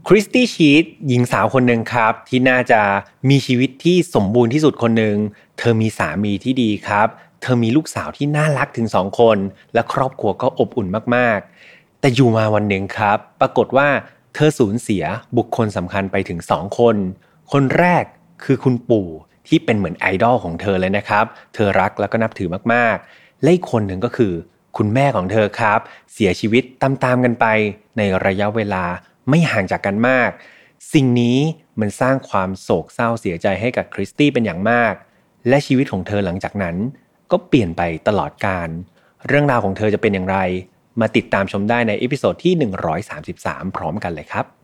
คริสตี้ชีทหญิงสาวคนหนึ่งครับที่น่าจะมีชีวิตที่สมบูรณ์ที่สุดคนหนึ่งเธอมีสามีที่ดีครับเธอมีลูกสาวที่น่ารักถึง2 คนและครอบครัวก็อบอุ่นมากๆแต่อยู่มาวันหนึ่งครับปรากฏว่าเธอสูญเสียบุคคลสำคัญไปถึง2 คนคนแรกคือคุณปู่ที่เป็นเหมือนไอดอลของเธอเลยนะครับเธอรักแล้วก็นับถือมากๆและอีกคนหนึ่งก็คือคุณแม่ของเธอครับเสียชีวิตตามๆกันไปในระยะเวลาไม่ห่างจากกันมากสิ่งนี้มันสร้างความโศกเศร้าเสียใจให้กับคริสตี้เป็นอย่างมากและชีวิตของเธอหลังจากนั้นก็เปลี่ยนไปตลอดกาลเรื่องราวของเธอจะเป็นอย่างไรมาติดตามชมได้ในเอพิโซดที่133พร้อมกันเลยครับ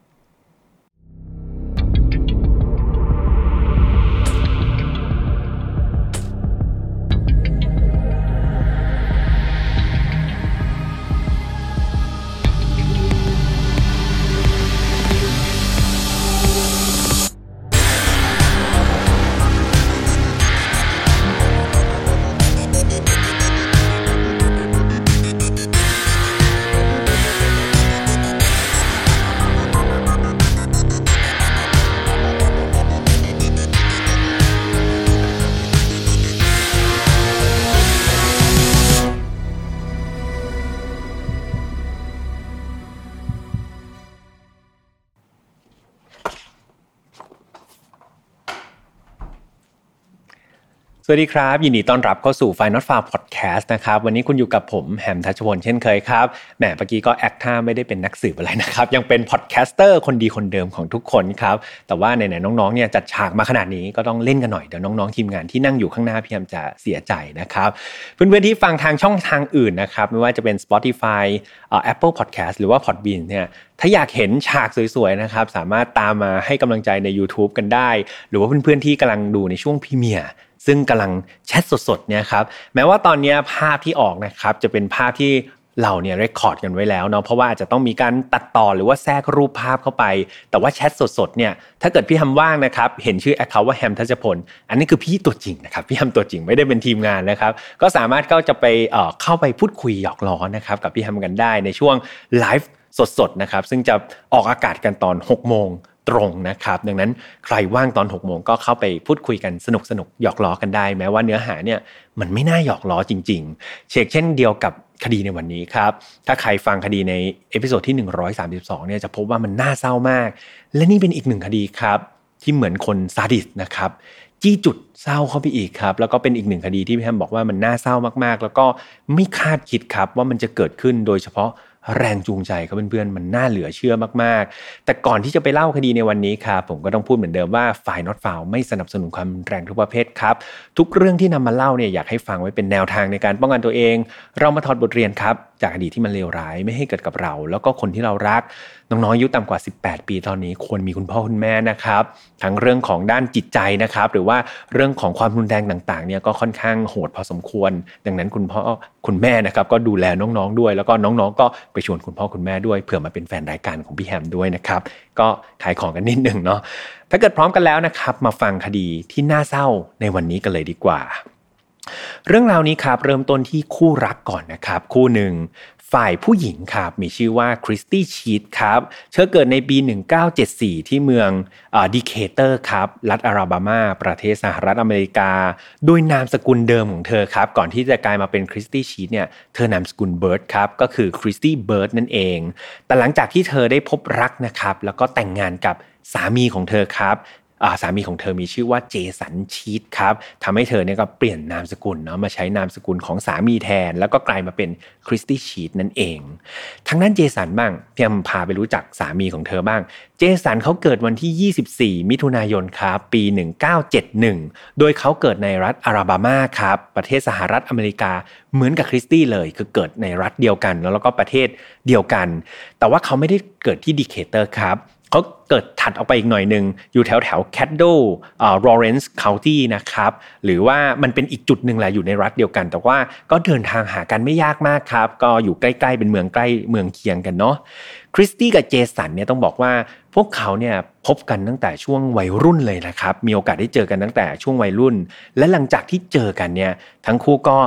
สวัสดีครับยินดีต้อนรับเข้าสู่ Final File Podcast นะครับวันนี้คุณอยู่กับผมแฮมทัชพลเช่นเคยครับแหมเมื่อกี้ก็แอคท่าไม่ได้เป็นนักสืบอะไรนะครับยังเป็นพอดแคสเตอร์คนดีคนเดิมของทุกคนครับแต่ว่าไหนๆน้องๆเนี่ยจัดฉากมาขนาดนี้ก็ต้องเล่นกันหน่อยเดี๋ยวน้องๆทีมงานที่นั่งอยู่ข้างหน้าพี่แฮมจะเสียใจนะครับเพื่อนๆที่ฟังทางช่องทางอื่นนะครับไม่ว่าจะเป็น Spotify Apple Podcast หรือว่า Podbean เนี่ยถ้าอยากเห็นฉากสวยๆนะครับสามารถตามมาให้กำลังใจใน YouTube กันได้หรือว่าเพื่อนๆที่กำลังดูในช่วงพรีเมียร์ซึ่งกำลังแชทสดๆเนี่ยครับแม้ว่าตอนนี้ภาพที่ออกนะครับจะเป็นภาพที่เราเนี่ยเรคคอร์ดกันไว้แล้วเนาะเพราะว่าอาจจะต้องมีการตัดต่อหรือว่าแทรกรูปภาพเข้าไปแต่ว่าแชทสดๆเนี่ยถ้าเกิดพี่แฮมว่างนะครับเห็นชื่อ account ว่าแฮมทัชพลอันนี้คือพี่ตัวจริงนะครับพี่แฮมตัวจริงไม่ได้เป็นทีมงานนะครับก็สามารถก็จะไปเข้าไปพูดคุยหยอกล้อนะครับกับพี่แฮมกันได้ในช่วงไลฟ์สดๆนะครับซึ่งจะออกอากาศกันตอน 6 โมงตรงนะครับดังนั้นใครว่างตอน 6 โมงก็เข้าไปพูดคุยกันสนุกๆหยอกล้อกันได้แม้ว่าเนื้อหาเนี่ยมันไม่น่าหยอกล้อจริงๆเช่นเดียวกับคดีในวันนี้ครับถ้าใครฟังคดีในเอพิโซดที่132เนี่ยจะพบว่ามันน่าเศร้ามากและนี่เป็นอีกหนึ่งคดีครับที่เหมือนคนซาดิสนะครับจี้จุดเศร้าเข้าไปอีกครับแล้วก็เป็นอีกหนึ่งคดีที่พี่แฮมบอกว่ามันน่าเศร้ามากๆแล้วก็ไม่คาดคิดครับว่ามันจะเกิดขึ้นโดยเฉพาะแรงจูงใจครับเพื่อนๆมันน่าเหลือเชื่อมากๆแต่ก่อนที่จะไปเล่าคดีในวันนี้ครับผมก็ต้องพูดเหมือนเดิมว่าฝ่าย Not Found ไม่สนับสนุนความแรงทุกประเภทครับทุกเรื่องที่นำมาเล่าเนี่ยอยากให้ฟังไว้เป็นแนวทางในการป้องกันตัวเองเรามาถอดบทเรียนครับจากอดีตที่มันเลวร้ายไม่ให้เกิดกับเราแล้วก็คนที่เรารักน้องๆอายุต่ำกว่า18ปีตอนนี้ควรมีคุณพ่อคุณแม่นะครับทั้งเรื่องของด้านจิตใจนะครับหรือว่าเรื่องของความรุนแรงต่างๆเนี่ยก็ค่อนข้างโหดพอสมควรดังนั้นคุณพ่อคุณแม่นะครับก็ดูแลน้องๆด้วยแล้วก็น้องๆก็ไปชวนคุณพ่อคุณแม่ด้วยเผื่อมาเป็นแฟนรายการของพี่แฮมด้วยนะครับก็ขายของกันนิดนึงเนาะถ้าเกิดพร้อมกันแล้วนะครับมาฟังคดีที่น่าเศร้าในวันนี้กันเลยดีกว่าเรื่องราวนี้ครับเริ่มต้นที่คู่รักก่อนนะครับคู่หนึ่งฝ่ายผู้หญิงครับมีชื่อว่าคริสตี้ชีทครับเธอเกิดในปี1974ที่เมืองดีเคเตอร์ครับรัฐอลาบามาประเทศสหรัฐอเมริกาโดยนามสกุลเดิมของเธอครับก่อนที่จะกลายมาเป็นคริสตี้ชีทเนี่ยเธอนามสกุลเบิร์ดครับก็คือคริสตี้เบิร์ดนั่นเองแต่หลังจากที่เธอได้พบรักนะครับแล้วก็แต่งงานกับสามีของเธอครับสามีของเธอมีชื่อว่าเจสันชีทครับทำให้เธอเนี่ยก็เปลี่ยนนามสกุลเนาะมาใช้นามสกุลของสามีแทนแล้วก็กลายมาเป็นคริสตี้ชีทนั่นเองทางด้านเจสันบ้างพี่พาไปรู้จักสามีของเธอบ้างเจสันเขาเกิดวันที่24มิถุนายนครับปี1971โดยเขาเกิดในรัฐอลาบามาครับประเทศสหรัฐอเมริกาเหมือนกับคริสตี้เลยคือเกิดในรัฐเดียวกันแล้วก็ประเทศเดียวกันแต่ว่าเขาไม่ได้เกิดที่ดีเคเตอร์ครับเขาเกิดถัดออกไปอีกหน่อยนึงอยู่แถวแคดโดลอเรนซ์เคานตี้นะครับหรือว่ามันเป็นอีกจุดนึงแหละอยู่ในรัฐเดียวกันแต่ว่าก็เดินทางหากันไม่ยากมากครับก็อยู่ใกล้ๆเป็นเมืองใกล้เมืองเคียงกันเนาะคริสตี้กับเจสันเนี่ยต้องบอกว่าพวกเขาเนี่ยพบกันตั้งแต่ช่วงวัยรุ่นเลยนะครับมีโอกาสได้เจอกันตั้งแต่ช่วงวัยรุ่นและหลังจากที่เจอกันเนี่ยทั้งคู่ก็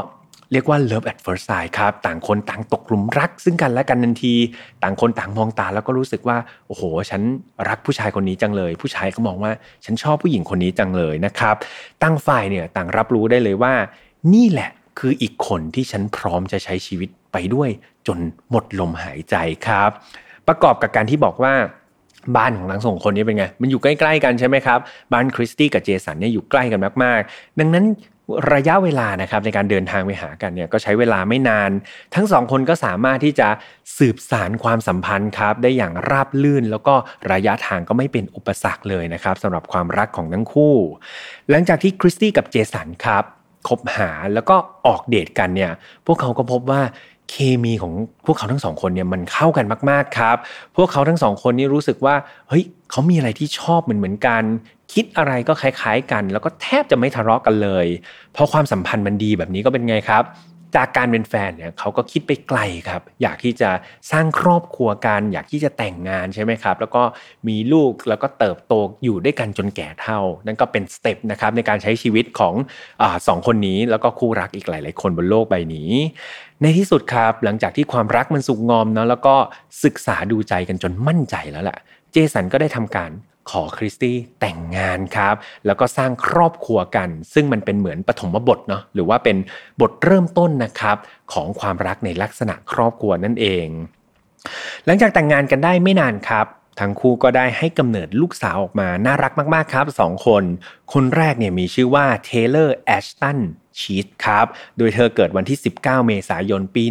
เรียกว่า love at first sight ครับต่างคนต่างตกหลุมรักซึ่งกันและกันทันทีต่างคนต่างมองตาแล้วก็รู้สึกว่าโอ้โหฉันรักผู้ชายคนนี้จังเลยผู้ชายก็มองว่าฉันชอบผู้หญิงคนนี้จังเลยนะครับตั้งฝ่ายเนี่ยต่างรับรู้ได้เลยว่านี่แหละคืออีกคนที่ฉันพร้อมจะใช้ชีวิตไปด้วยจนหมดลมหายใจครับประกอบกับการที่บอกว่าบ้านของทั้งสองคนนี้เป็นไงมันอยู่ใกล้ๆกันใช่ไหมครับบ้านคริสตี้กับเจสันเนี่ยอยู่ใกล้กันมากๆดังนั้นระยะเวลานะครับในการเดินทางไปหากันเนี่ยก็ใช้เวลาไม่นานทั้งสองคนก็สามารถที่จะสืบสานความสัมพันธ์ครับได้อย่างราบรื่นแล้วก็ระยะทางก็ไม่เป็นอุปสรรคเลยนะครับสำหรับความรักของทั้งคู่หลังจากที่คริสตี้กับเจสันครับคบหาแล้วก็ออกเดทกันเนี่ยพวกเขาก็พบว่าเคมีของพวกเขาทั้งสองคนเนี่ยมันเข้ากันมากๆครับพวกเขาทั้งสองคนนี่รู้สึกว่าเฮ้ยเขามีอะไรที่ชอบเหมือนกันคิดอะไรก็คล้ายๆกันแล้วก็แทบจะไม่ทะเลาะกันเลยพอความสัมพันธ์มันดีแบบนี้ก็เป็นไงครับจากการเป็นแฟนเนี่ยเขาก็คิดไปไกลครับอยากที่จะสร้างครอบครัวกันอยากที่จะแต่งงานใช่ไหมครับแล้วก็มีลูกแล้วก็เติบโตอยู่ด้วยกันจนแก่เฒ่านั่นก็เป็นสเต็ปนะครับในการใช้ชีวิตของสองคนนี้แล้วก็คู่รักอีกหลายๆคนบนโลกใบนี้ในที่สุดครับหลังจากที่ความรักมันสุกงอมนะแล้วก็ศึกษาดูใจกันจนมั่นใจแล้วแหละเจสันก็ได้ทำการขอคริสตี้แต่งงานครับแล้วก็สร้างครอบครัวกันซึ่งมันเป็นเหมือนปฐมบทเนาะหรือว่าเป็นบทเริ่มต้นนะครับของความรักในลักษณะครอบครัวนั่นเองหลังจากแต่งงานกันได้ไม่นานครับทั้งคู่ก็ได้ให้กำเนิดลูกสาวออกมาน่ารักมากๆครับ2คนคนแรกเนี่ยมีชื่อว่าเทเลอร์แอชตันชีทครับโดยเธอเกิดวันที่19เมษายนปี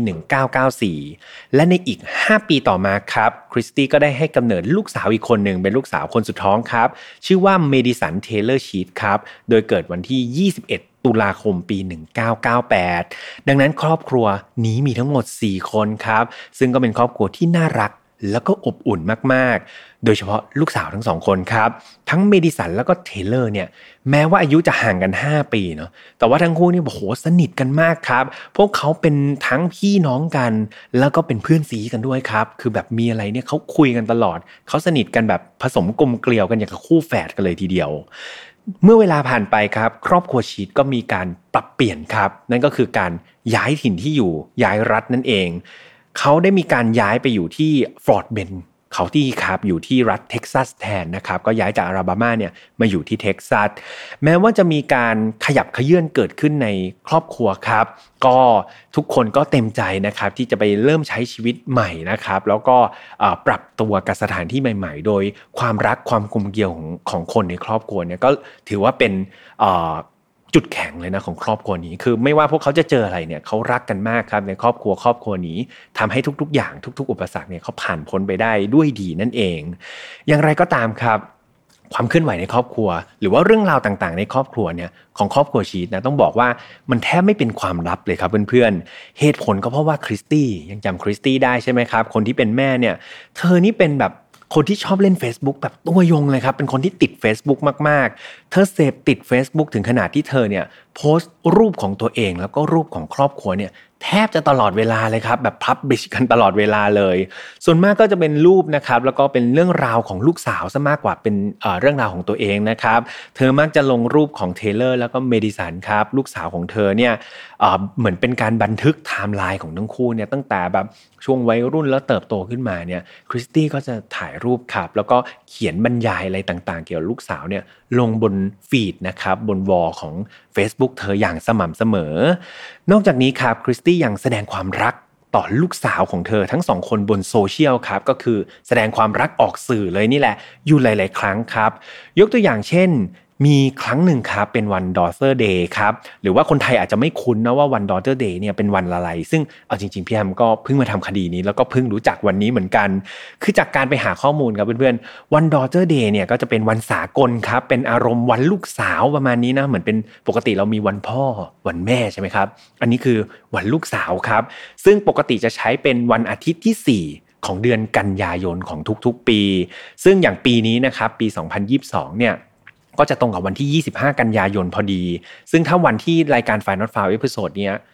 1994และในอีก5ปีต่อมาครับคริสตี้ก็ได้ให้กำเนิดลูกสาวอีกคนหนึ่งเป็นลูกสาวคนสุดท้องครับชื่อว่าเมดิสันเทเลอร์ชีทครับโดยเกิดวันที่21ตุลาคมปี1998ดังนั้นครอบครัวนี้มีทั้งหมด4คนครับซึ่งก็เป็นครอบครัวที่น่ารักแล้วก็อบอุ่นมากๆโดยเฉพาะลูกสาวทั้ง2คนครับทั้งเมดิสันแล้วก็เทเลอร์เนี่ยแม้ว่าอายุจะห่างกัน5ปีเนาะแต่ว่าทั้งคู่นี่โอ้โหสนิทกันมากครับพวกเขาเป็นทั้งพี่น้องกันแล้วก็เป็นเพื่อนสีกันด้วยครับคือแบบมีอะไรเนี่ยเขาคุยกันตลอดเขาสนิทกันแบบผสมกลมเกลียวกันอย่างกับคู่แฝดกันเลยทีเดียวเมื่อเวลาผ่านไปครับครอบครัวชีทก็มีการปรับเปลี่ยนครับนั่นก็คือการย้ายถิ่นที่อยู่ย้ายรัฐนั่นเองเขาได้มีการย้ายไปอยู่ที่ฟอร์ตเบนเขาที่ครับอยู่ที่รัฐเท็กซัสแทนนะครับก็ย้ายจากอลาบามาเนี่ยมาอยู่ที่เท็กซัสแม้ว่าจะมีการขยับเขยื้อนเกิดขึ้นในครอบครัวครับก็ทุกคนก็เต็มใจนะครับที่จะไปเริ่มใช้ชีวิตใหม่นะครับแล้วก็ปรับตัวกับสถานที่ใหม่ๆโดยความรักความกลมเกลียวของคนในครอบครัวเนี่ยก็ถือว่าเป็นจุดแข็งเลยนะของครอบครัวนี้คือไม่ว่าพวกเขาจะเจออะไรเนี่ยเขารักกันมากครับในครอบครัวนี้ทำให้ทุกๆอย่างทุกๆอุปสรรคเนี่ยเขาผ่านพ้นไปได้ด้วยดีนั่นเองอย่างไรก็ตามครับความเคลื่อนไหวในครอบครัวหรือว่าเรื่องราวต่างๆในครอบครัวเนี่ยของครอบครัวชีทนะต้องบอกว่ามันแทบไม่เป็นความลับเลยครับเพื่อนๆเหตุผลก็เพราะว่าคริสตี้ยังจำคริสตี้ได้ใช่ไหมครับคนที่เป็นแม่เนี่ยเธอนี่เป็นแบบคนที่ชอบเล่น Facebook แบบตัวยงเลยครับเป็นคนที่ติด Facebook มากๆเธอเสพติด Facebook ถึงขนาดที่เธอเนี่ยโพสต์รูปของตัวเองแล้วก็รูปของครอบครัวเนี่ยแทบจะตลอดเวลาเลยครับแบบพับบิชกันตลอดเวลาเลยส่วนมากก็จะเป็นรูปนะครับแล้วก็เป็นเรื่องราวของลูกสาวซะมากกว่าเป็นเรื่องราวของตัวเองนะครับเธอมักจะลงรูปของเทเลอร์แล้วก็เมดิสันครับลูกสาวของเธอเนี่ยเหมือนเป็นการบันทึกไทม์ไลน์ของทั้งคู่เนี่ยตั้งแต่แบบช่วงวัยรุ่นแล้วเติบโตขึ้นมาเนี่ยคริสตี้ก็จะถ่ายรูปครับแล้วก็เขียนบรรยายอะไรต่างๆเกี่ยวกับลูกสาวเนี่ยลงบนฟีดนะครับบนวอลของ Facebook เธออย่างสม่ำเสมอนอกจากนี้ครับคริสตี้ยังแสดงความรักต่อลูกสาวของเธอทั้ง2คนบนโซเชียลครับก็คือแสดงความรักออกสื่อเลยนี่แหละอยู่หลายๆครั้งครับยกตัวอย่างเช่นมีครั้งหนึ่งครับเป็นวัน Daughter Day ครับหรือว่าคนไทยอาจจะไม่คุ้นนะว่าวัน Daughter Day เนี่ยเป็นวันอะไรซึ่งเอาจริงๆพี่แอมก็เพิ่งมาทำคดีนี้แล้วก็เพิ่งรู้จักวันนี้เหมือนกันคือจากการไปหาข้อมูลครับเพื่อนๆวัน Daughter Day เนี่ยก็จะเป็นวันสากลครับเป็นอารมณ์วันลูกสาวประมาณนี้นะเหมือนเป็นปกติเรามีวันพ่อวันแม่ใช่ไหมครับอันนี้คือวันลูกสาวครับซึ่งปกติจะใช้เป็นวันอาทิตย์ที่4ของเดือนกันยายนของทุกๆปีซึ่งอย่างปีนี้นะครับปี2022เนี่ยก็จะตรงกับวันที่25กันยายนพอดีซึ่งถ้าวันที่รายการ Final File Episode เนี้ย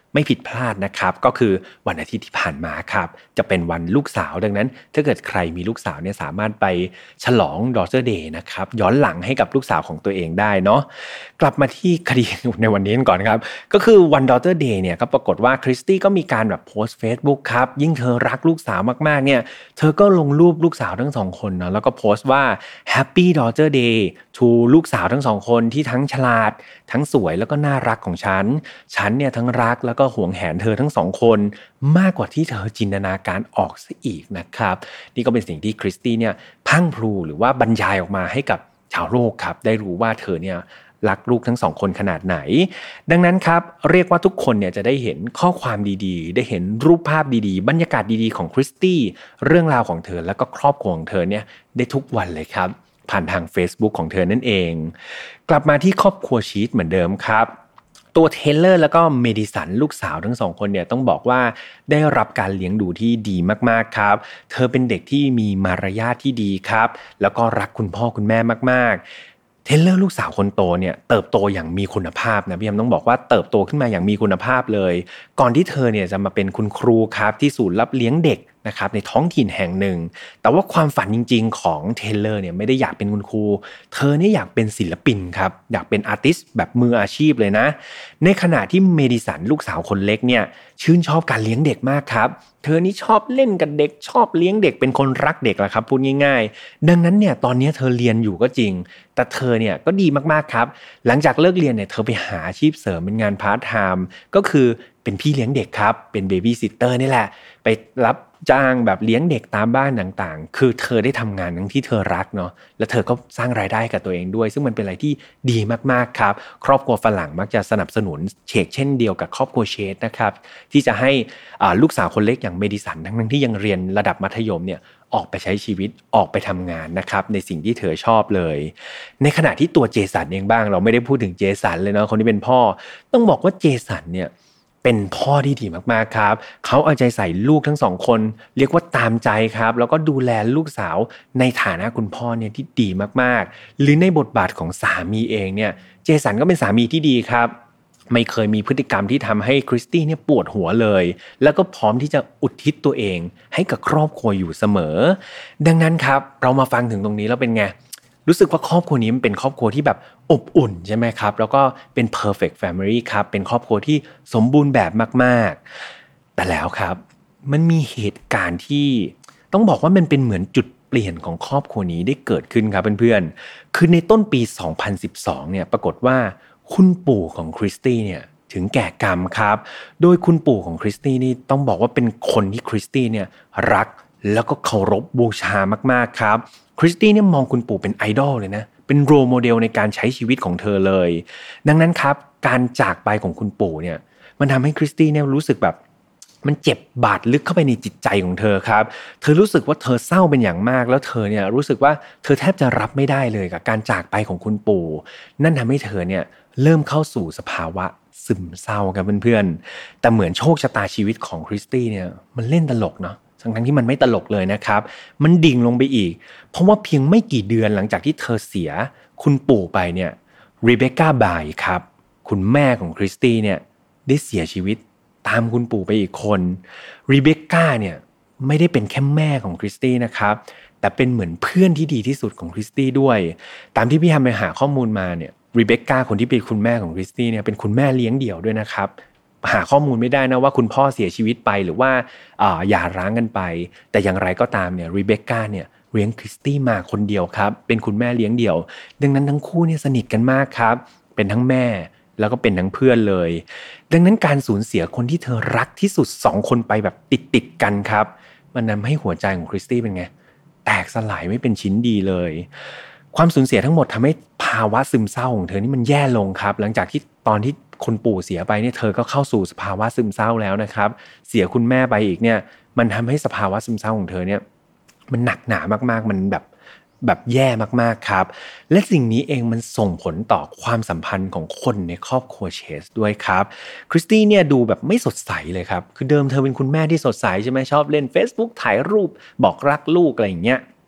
ไม่ผิดพลาดนะครับก็คือวันอาทิตย์ที่ผ่านมาครับจะเป็นวันลูกสาวดังนั้นถ้าเกิดใครมีลูกสาวเนี่ยสามารถไปฉลอง Daughter Day นะครับย้อนหลังให้กับลูกสาวของตัวเองได้เนาะกลับมาที่คดีในวันนี้กันก่อนครับก็คือวัน Daughter Day เนี่ยก็ปรากฏว่าคริสตี้ก็มีการแบบโพสต์ Facebook ครับยิ่งเธอรักลูกสาวมากๆเนี่ยเธอก็ลงรูปลูกสาวทั้งสองคนเนาะแล้วก็โพสต์ว่า Happy Daughter Day to ลูกสาวทั้งสองคนที่ทั้งฉลาดทั้งสวยแล้วก็น่ารักของฉันเนี่ยทั้งรักแล้วก็หวงแหนเธอทั้งสองคนมากกว่าที่เธอจินตนาการออกซะอีกนะครับนี่ก็เป็นสิ่งที่คริสตี้เนี่ยพังพลูหรือว่าบรรยายออกมาให้กับชาวโลกครับได้รู้ว่าเธอเนี่ยรักลูกทั้งสองคนขนาดไหนดังนั้นครับเรียกว่าทุกคนเนี่ยจะได้เห็นข้อความดีๆได้เห็นรูปภาพดีๆบรรยากาศดีๆของคริสตี้เรื่องราวของเธอแล้วก็ครอบครัวของเธอเนี่ยได้ทุกวันเลยครับผ่านทาง Facebook ของเธอนั่นเองกลับมาที่ครอบครัวชีทเหมือนเดิมครับตัวเทเลอร์แล้วก็เมดิสันลูกสาวทั้งสองคนเนี่ยต้องบอกว่าได้รับการเลี้ยงดูที่ดีมากๆครับเธอเป็นเด็กที่มีมารยาทที่ดีครับแล้วก็รักคุณพ่อคุณแม่มากๆเทเลอร์ลูกสาวคนโตเนี่ยเติบโตอย่างมีคุณภาพนะพี่แอมต้องบอกว่าเติบโตขึ้นมาอย่างมีคุณภาพเลยก่อนที่เธอเนี่ยจะมาเป็นคุณครูครับที่ศูนย์รับเลี้ยงเด็กนะครับในท้องถิ่นแห่งหนึ่งแต่ว่าความฝันจริงๆของเทเลอร์เนี่ยไม่ได้อยากเป็นคุณครูเธอเนี่ยอยากเป็นศิลปินครับอยากเป็นอาร์ติสต์แบบมืออาชีพเลยนะในขณะที่เมดิสันลูกสาวคนเล็กเนี่ยชื่นชอบการเลี้ยงเด็กมากครับเธอนี่ชอบเล่นกับเด็กชอบเลี้ยงเด็กเป็นคนรักเด็กแหละครับพูดง่ายๆดังนั้นเนี่ยตอนนี้เธอเรียนอยู่ก็จริงแต่เธอเนี่ยก็ดีมากๆครับหลังจากเลิกเรียนเนี่ยเธอไปหาอาชีพเสริมเป็นงานพาร์ทไทม์ก็คือเป็นพี่เลี้ยงเด็กครับเป็นเบบี้ซิตเตอร์นี่แหละไปรับจ้างแบบเลี้ยงเด็กตามบ้านต่างๆคือเธอได้ทำงานทั้งที่เธอรักเนาะแล้วเธอก็สร้างรายได้กับตัวเองด้วยซึ่งมันเป็นอะไรที่ดีมากๆครับครอบครัวฝรั่งมักจะสนับสนุนเช่นเดียวกับครอบครัวเชษนะครับที่จะให้ลูกสาวคนเล็กอย่างเมดิสันทั้งที่ยังเรียนระดับมัธยมเนี่ยออกไปใช้ชีวิตออกไปทำงานนะครับในสิ่งที่เธอชอบเลยในขณะที่ตัวเจสันเองบ้างเราไม่ได้พูดถึงเจสันเลยเนาะคนที่เป็นพ่อต้องบอกว่าเจสันเนี่ยเป็นพ่อที่ดีมากๆครับเขาเอาใจใส่ลูกทั้งสองคนเรียกว่าตามใจครับแล้วก็ดูแลลูกสาวในฐานะคุณพ่อเนี่ยที่ดีมากๆหรือในบทบาทของสามีเองเนี่ยเจสันก็เป็นสามีที่ดีครับไม่เคยมีพฤติกรรมที่ทำให้คริสตี้เนี่ยปวดหัวเลยแล้วก็พร้อมที่จะอุทิศตัวเองให้กับครอบครัวอยู่เสมอดังนั้นครับเรามาฟังถึงตรงนี้แล้วเป็นไงรู้สึกว่าครอบครัวนี้มันเป็นครอบครัวที่แบบอบอุ่นใช่ไหมครับแล้วก็เป็น perfect family ครับเป็นครอบครัวที่สมบูรณ์แบบมากๆแต่แล้วครับมันมีเหตุการณ์ที่ต้องบอกว่ามันเป็นเหมือนจุดเปลี่ยนของครอบครัวนี้ได้เกิดขึ้นครับเพื่อนๆคือในต้นปี 2012 เนี่ยปรากฏว่าคุณปู่ของคริสตี้เนี่ยถึงแก่กรรมครับโดยคุณปู่ของคริสตี้นี่ต้องบอกว่าเป็นคนที่คริสตี้เนี่ยรักแล้วก็เคารพบูชามากๆครับคริสตี้เนี่ยมองคุณปู่เป็นไอดอลเลยนะเป็นโรลโมเดลในการใช้ชีวิตของเธอเลยดังนั้นครับการจากไปของคุณปู่เนี่ยมันทำให้คริสตี้เนี่ยรู้สึกแบบมันเจ็บบาดลึกเข้าไปในจิตใจของเธอครับเธอรู้สึกว่าเธอเศร้าเป็นอย่างมากแล้วเธอเนี่ยรู้สึกว่าเธอแทบจะรับไม่ได้เลยกับการจากไปของคุณปู่นั่นทำให้เธอเนี่ยเริ่มเข้าสู่สภาวะซึมเศร้าครับเพื่อนๆแต่เหมือนโชคชะตาชีวิตของคริสตี้เนี่ยมันเล่นตลกเนาะทั้งที่มันไม่ตลกเลยนะครับมันดิ่งลงไปอีกเพราะว่าเพียงไม่กี่เดือนหลังจากที่เธอเสียคุณปู่ไปเนี่ยรีเบคก้าบายครับคุณแม่ของคริสตี้เนี่ยได้เสียชีวิตตามคุณปู่ไปอีกคนรีเบคก้าเนี่ยไม่ได้เป็นแค่แม่ของคริสตี้นะครับแต่เป็นเหมือนเพื่อนที่ดีที่สุดของคริสตี้ด้วยตามที่พี่ทำไปหาข้อมูลมาเนี่ยรีเบคก้าคนที่เป็นคุณแม่ของคริสตี้เนี่ยเป็นคุณแม่เลี้ยงเดี่ยวด้วยนะครับหาข้อมูลไม่ได้นะว่าคุณพ่อเสียชีวิตไปหรือว่าหย่าร้างกันไปแต่อย่างไรก็ตามเนี่ยรีเบคก้าเนี่ยเลี้ยงคริสตี้มาคนเดียวครับเป็นคุณแม่เลี้ยงเดี่ยวดังนั้นทั้งคู่เนี่ยสนิทกันมากครับเป็นทั้งแม่แล้วก็เป็นทั้งเพื่อนเลยดังนั้นการสูญเสียคนที่เธอรักที่สุด2คนไปแบบติดกันครับมันทำให้หัวใจของคริสตี้เป็นไงแตกสลายไม่เป็นชิ้นดีเลยความสูญเสียทั้งหมดทำให้ภาวะซึมเศร้าของเธอนี่มันแย่ลงครับหลังจากที่ตอนที่คนปู่เสียไปเนี่ยเธอก็เข้าสู่สภาวะซึมเศร้าแล้วนะครับเสียคุณแม่ไปอีกเนี่ยมันทำให้สภาวะซึมเศร้าของเธอเนี่ยมันหนักหนามากๆมันแบบแย่มากๆครับและสิ่งนี้เองมันส่งผลต่อความสัมพันธ์ของคนในครอบครัวเชสด้วยครับคริสตี้เนี่ยดูแบบไม่สดใสเลยครับคือเดิมเธอเป็นคุณแม่ที่สดใสใช่ไหมชอบเล่น Facebook ถ่ายรูปบอกรักลูกอะไรอย่างเงี้ย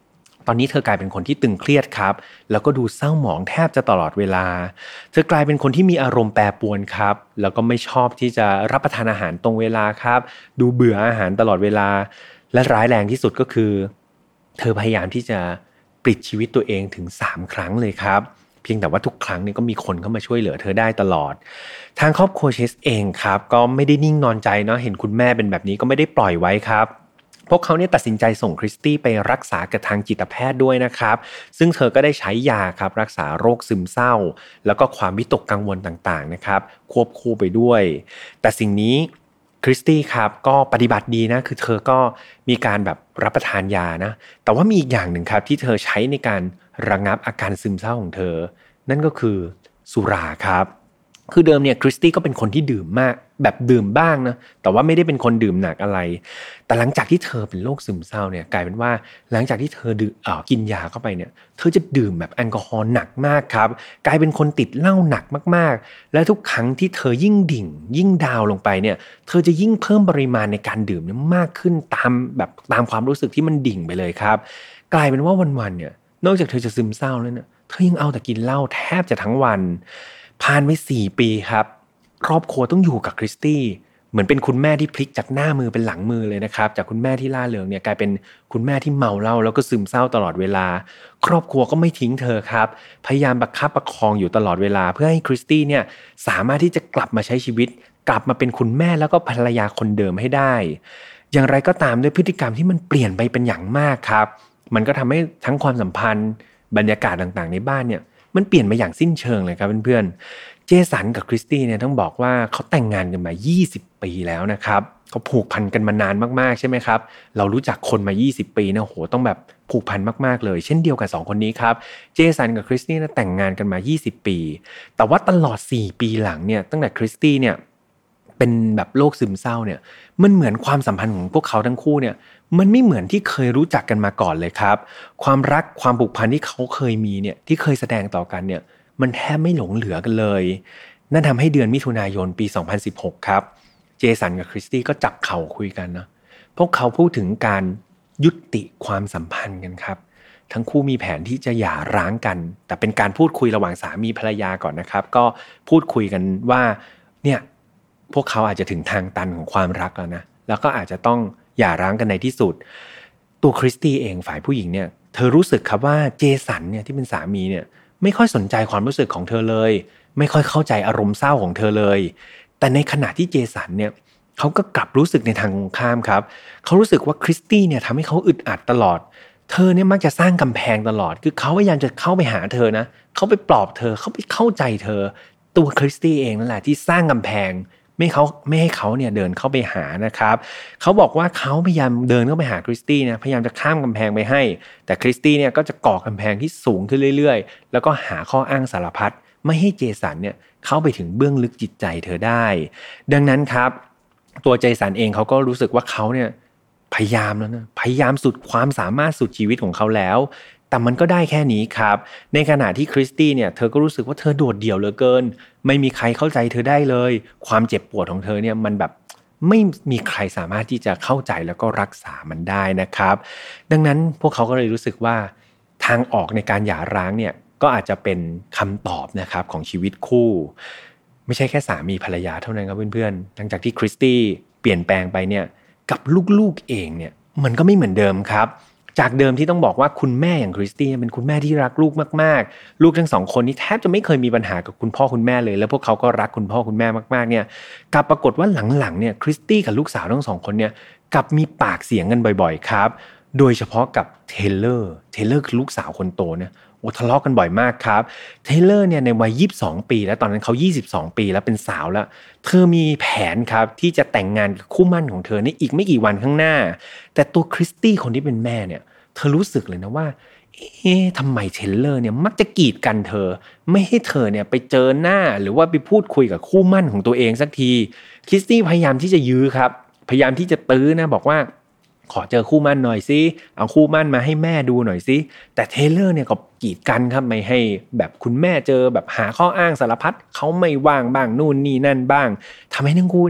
อนนี้เธอกลายเป็นคนที่ตึงเครียดครับแล้วก็ดูเศร้าหมองแทบจะตลอดเวลาเธอกลายเป็นคนที่มีอารมณ์แปรปรวนครับแล้วก็ไม่ชอบที่จะรับประทานอาหารตรงเวลาครับดูเบื่ออาหารตลอดเวลาและร้ายแรงที่สุดก็คือเธอพยายามที่จะปลิดชีวิตตัวเองถึง3ครั้งเลยครับเพียงแต่ว่าทุกครั้งนี่ก็มีคนเข้ามาช่วยเหลือเธอได้ตลอดทางครอบครัวเชสเองครับก็ไม่ได้นิ่งนอนใจเนาะเห็นคุณแม่เป็นแบบนี้ก็ไม่ได้ปล่อยไว้ครับพวกเขาเนี่ยตัดสินใจส่งคริสตี้ไปรักษากับทางจิตแพทย์ด้วยนะครับซึ่งเธอก็ได้ใช้ยาครับรักษาโรคซึมเศร้าแล้วก็ความวิตกกังวลต่างๆนะครับควบคู่ไปด้วยแต่สิ่งนี้คริสตี้ครับก็ปฏิบัติดีนะคือเธอก็มีการแบบรับประทานยานะแต่ว่ามีอีกอย่างหนึ่งครับที่เธอใช้ในการระงับอาการซึมเศร้าของเธอนั่นก็คือสุราครับคือเดิมเนี่ยคริสตี้ก็เป็นคนที่ดื่มมากแบบดื่มบ้างนะแต่ว่าไม่ได้เป็นคนดื่มหนักอะไรแต่หลังจากที่เธอเป็นโรคซึมเศร้าเนี่ยกลายเป็นว่าหลังจากที่เธอกินยาเข้าไปเนี่ยเธอจะดื่มแบบแอลกอฮอล์หนักมากครับกลายเป็นคนติดเหล้าหนักมากๆและทุกครั้งที่เธอยิ่งดิ่งยิ่งดาวลงไปเนี่ยเธอจะยิ่งเพิ่มปริมาณในการดื่มเนี่ยมากขึ้นตามความรู้สึกที่มันดิ่งไปเลยครับกลายเป็นว่าวันๆเนี่ยนอกจากเธอจะซึมเศร้าแล้วเนี่ยเธอยังเอาแต่กินเหล้าแทบจะทั้งวันผ่านไป4 ปีครับครอบครัวต้องอยู่กับคริสตี้เหมือนเป็นคุณแม่ที่พลิกจากหน้ามือเป็นหลังมือเลยนะครับจากคุณแม่ที่ล่าเริงเนี่ยกลายเป็นคุณแม่ที่เมาเหล้าแล้วก็ซึมเศร้าตลอดเวลาครอบครัวก็ไม่ทิ้งเธอครับพยายามประคับประคองอยู่ตลอดเวลาเพื่อให้คริสตี้เนี่ยสามารถที่จะกลับมาใช้ชีวิตกลับมาเป็นคุณแม่แล้วก็ภรรยาคนเดิมให้ได้อย่างไรก็ตามด้วยพฤติกรรมที่มันเปลี่ยนไปเป็นอย่างมากครับมันก็ทำให้ทั้งความสัมพันธ์บรรยากาศต่างๆในบ้านเนี่ยมันเปลี่ยนไปอย่างสิ้นเชิงเลยครับเพื่อนๆเจสันกับคริสตี้เนี่ยต้องบอกว่าเขาแต่งงานกันมา20 ปีแล้วนะครับเขาผูกพันกันมานานมากๆใช่ไหมครับเรารู้จักคนมา20 ปีนะโหต้องแบบผูกพันมากๆเลยเช่นเดียวกับ2 คนนี้ครับเจสันกับคริสตี้เนี่ยแต่งงานกันมา20 ปีแต่ว่าตลอด4 ปีหลังเนี่ยตั้งแต่คริสตี้เนี่ยเป็นแบบโรคซึมเศร้าเนี่ยมันเหมือนความสัมพันธ์ของพวกเขาทั้งคู่เนี่ยมันไม่เหมือนที่เคยรู้จักกันมาก่อนเลยครับความรักความผูกพันที่เขาเคยมีเนี่ยที่เคยแสดงต่อกันเนี่ยมันแทบไม่หลงเหลือกันเลยนั่นทำให้เดือนมิถุนายนปี2016ครับเจสันกับคริสตี้ก็จับเข่าคุยกันนะพวกเขาพูดถึงการยุติความสัมพันธ์กันครับทั้งคู่มีแผนที่จะหย่าร้างกันแต่เป็นการพูดคุยระหว่างสามีภรรยาก่อนนะครับก็พูดคุยกันว่าเนี่ยพวกเขาอาจจะถึงทางตันของความรักแล้วนะแล้วก็อาจจะต้องหย่าร้างกันในที่สุดตัวคริสตี้เองฝ่ายผู้หญิงเนี่ยเธอรู้สึกครับว่าเจสันเนี่ยที่เป็นสามีเนี่ยไม่ค่อยสนใจความรู้สึกของเธอเลยไม่ค่อยเข้าใจอารมณ์เศร้าของเธอเลยแต่ในขณะที่เจสันเนี่ยเขาก็กลับรู้สึกในทางตรงข้ามครับเขารู้สึกว่าคริสตี้เนี่ยทำให้เขาอึดอัดตลอดเธอเนี่ยมักจะสร้างกำแพงตลอดคือเขาพยายามจะเข้าไปหาเธอนะเขาไปปลอบเธอเขาไปเข้าใจเธอตัวคริสตี้เองนั่นแหละที่สร้างกำแพงไม่ให้เขาเนี่ยเดินเข้าไปหานะครับเขาบอกว่าเขาพยายามเดินเข้าไปหาคริสตี้นะพยายามจะข้ามกำแพงไปให้แต่คริสตี้เนี่ยก็จะก่อกำแพงที่สูงขึ้นเรื่อยๆแล้วก็หาข้ออ้างสารพัดไม่ให้เจสันเนี่ยเข้าไปถึงเบื้องลึกจิตใจเธอได้ดังนั้นครับตัวเจสันเองเขาก็รู้สึกว่าเขาเนี่ยพยายามแล้วนะพยายามสุดความสามารถสุดชีวิตของเขาแล้วแต่มันก็ได้แค่นี้ครับในขณะที่คริสตี้เนี่ยเธอก็รู้สึกว่าเธอโดดเดี่ยวเหลือเกินไม่มีใครเข้าใจเธอได้เลยความเจ็บปวดของเธอเนี่ยมันแบบไม่มีใครสามารถที่จะเข้าใจแล้วก็รักษามันได้นะครับดังนั้นพวกเขาก็เลยรู้สึกว่าทางออกในการหย่าร้างเนี่ยก็อาจจะเป็นคำตอบนะครับของชีวิตคู่ไม่ใช่แค่สามีภรรยาเท่านั้นครับเพื่อนๆหลังจากที่คริสตี้เปลี่ยนแปลงไปเนี่ยกับลูกๆเองเนี่ยมันก็ไม่เหมือนเดิมครับจากเดิมที่ต้องบอกว่าคุณแม่อย่างคริสตี้เป็นคุณแม่ที่รักลูกมากๆลูกทั้ง2 คนนี้แทบจะไม่เคยมีปัญหากับคุณพ่อคุณแม่เลยแล้วพวกเขาก็รักคุณพ่อคุณแม่มากๆเนี่ยกลับปรากฏว่าหลังๆเนี่ยคริสตี้กับลูกสาวทั้ง2 คนเนี่ยกลับมีปากเสียงกันบ่อยๆครับโดยเฉพาะกับเทเลอร์คือลูกสาวคนโตเนี่ยทะเลาะกันบ่อยมากครับเทเลอร์เนี่ยในวัย22 ปีแล้วตอนนั้นเขา22 ปีแล้วเป็นสาวแล้วเธอมีแผนครับที่จะแต่งงานกับคู่หมั่นของเธอในอีกไม่กี่วันข้างหน้าแต่ตัวคริสตี้คนที่เป็นแม่เนี่ยเธอรู้สึกเลยนะว่าทำไมเทเลอร์เนี่ยมักจะกีดกันเธอไม่ให้เธอเนี่ยไปเจอหน้าหรือว่าไปพูดคุยกับคู่หมั่นของตัวเองสักทีคริสตี้พยายามที่จะยื้อครับพยายามที่จะตื้อนะบอกว่าขอเจอคู่หมั่นหน่อยสิเอาคู่หมั่นมาให้แม่ดูหน่อยสิแต่เทเลอร์เนี่ยก็กีดกันครับไม่ให้แบบคุณแม่เจอแบบหาข้ออ้างสารพัดเขาไม่ว่างบ้างนู่นนี่นั่นบ้างทำให้ทั้งคู่เนี่ย